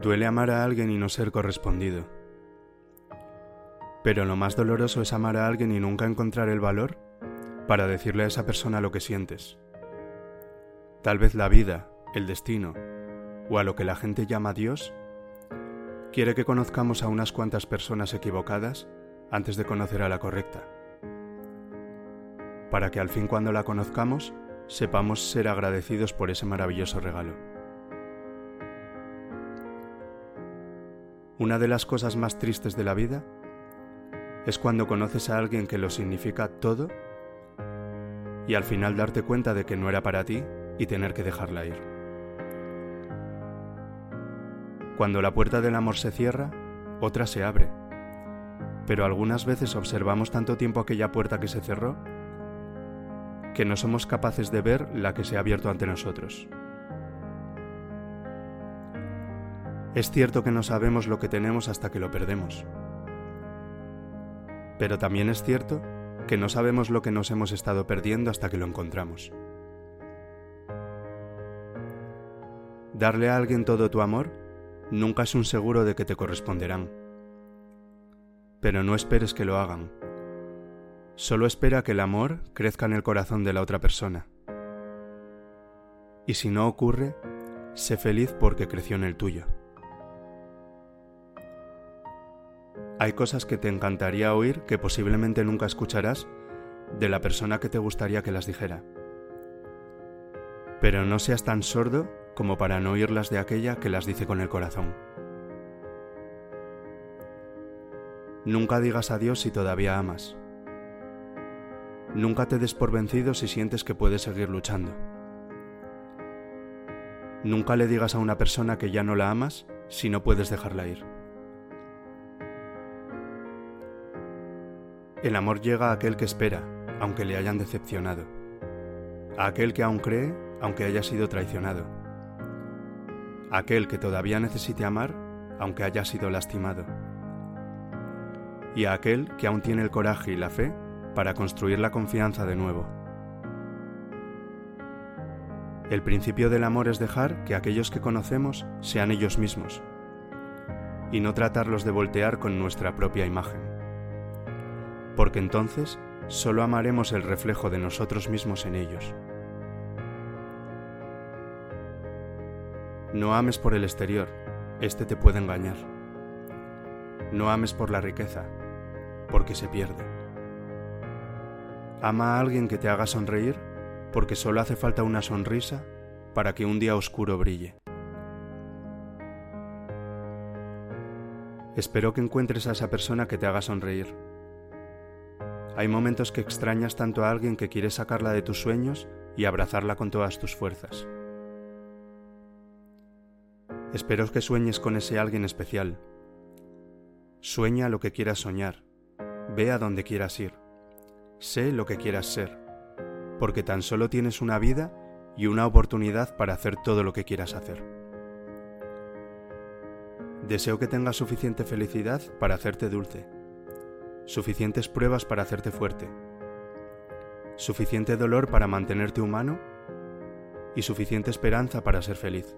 Duele amar a alguien y no ser correspondido. Pero lo más doloroso es amar a alguien y nunca encontrar el valor para decirle a esa persona lo que sientes. Tal vez la vida, el destino, o a lo que la gente llama Dios, quiere que conozcamos a unas cuantas personas equivocadas antes de conocer a la correcta, para que al fin cuando la conozcamos, sepamos ser agradecidos por ese maravilloso regalo. Una de las cosas más tristes de la vida es cuando conoces a alguien que lo significa todo y al final darte cuenta de que no era para ti y tener que dejarla ir. Cuando la puerta del amor se cierra, otra se abre, pero algunas veces observamos tanto tiempo aquella puerta que se cerró que no somos capaces de ver la que se ha abierto ante nosotros. Es cierto que no sabemos lo que tenemos hasta que lo perdemos, pero también es cierto que no sabemos lo que nos hemos estado perdiendo hasta que lo encontramos. Darle a alguien todo tu amor nunca es un seguro de que te corresponderán, pero no esperes que lo hagan. Solo espera que el amor crezca en el corazón de la otra persona. Y si no ocurre, sé feliz porque creció en el tuyo. Hay cosas que te encantaría oír que posiblemente nunca escucharás de la persona que te gustaría que las dijera. Pero no seas tan sordo como para no oírlas de aquella que las dice con el corazón. Nunca digas adiós si todavía amas. Nunca te des por vencido si sientes que puedes seguir luchando. Nunca le digas a una persona que ya no la amas si no puedes dejarla ir. El amor llega a aquel que espera, aunque le hayan decepcionado. A aquel que aún cree, aunque haya sido traicionado. A aquel que todavía necesite amar, aunque haya sido lastimado. Y a aquel que aún tiene el coraje y la fe para construir la confianza de nuevo. El principio del amor es dejar que aquellos que conocemos sean ellos mismos y no tratarlos de voltear con nuestra propia imagen, porque entonces solo amaremos el reflejo de nosotros mismos en ellos. No ames por el exterior, este te puede engañar. No ames por la riqueza, porque se pierde. Ama a alguien que te haga sonreír, porque solo hace falta una sonrisa para que un día oscuro brille. Espero que encuentres a esa persona que te haga sonreír. Hay momentos que extrañas tanto a alguien que quieres sacarla de tus sueños y abrazarla con todas tus fuerzas. Espero que sueñes con ese alguien especial. Sueña lo que quieras soñar, ve a donde quieras ir. Sé lo que quieras ser, porque tan solo tienes una vida y una oportunidad para hacer todo lo que quieras hacer. Deseo que tengas suficiente felicidad para hacerte dulce, suficientes pruebas para hacerte fuerte, suficiente dolor para mantenerte humano y suficiente esperanza para ser feliz.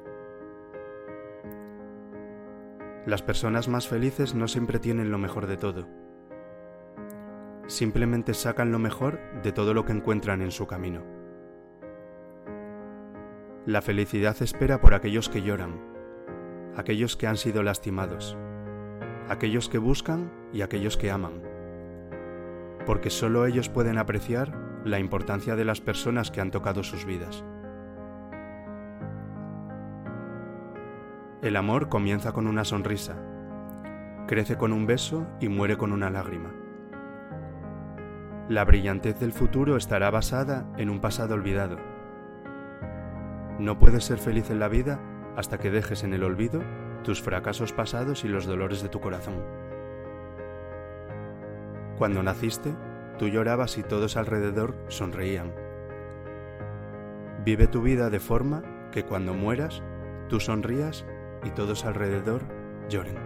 Las personas más felices no siempre tienen lo mejor de todo. Simplemente sacan lo mejor de todo lo que encuentran en su camino. La felicidad espera por aquellos que lloran, aquellos que han sido lastimados, aquellos que buscan y aquellos que aman, porque solo ellos pueden apreciar la importancia de las personas que han tocado sus vidas. El amor comienza con una sonrisa, crece con un beso y muere con una lágrima. La brillantez del futuro estará basada en un pasado olvidado. No puedes ser feliz en la vida hasta que dejes en el olvido tus fracasos pasados y los dolores de tu corazón. Cuando naciste, tú llorabas y todos alrededor sonreían. Vive tu vida de forma que cuando mueras, tú sonrías y todos alrededor lloren.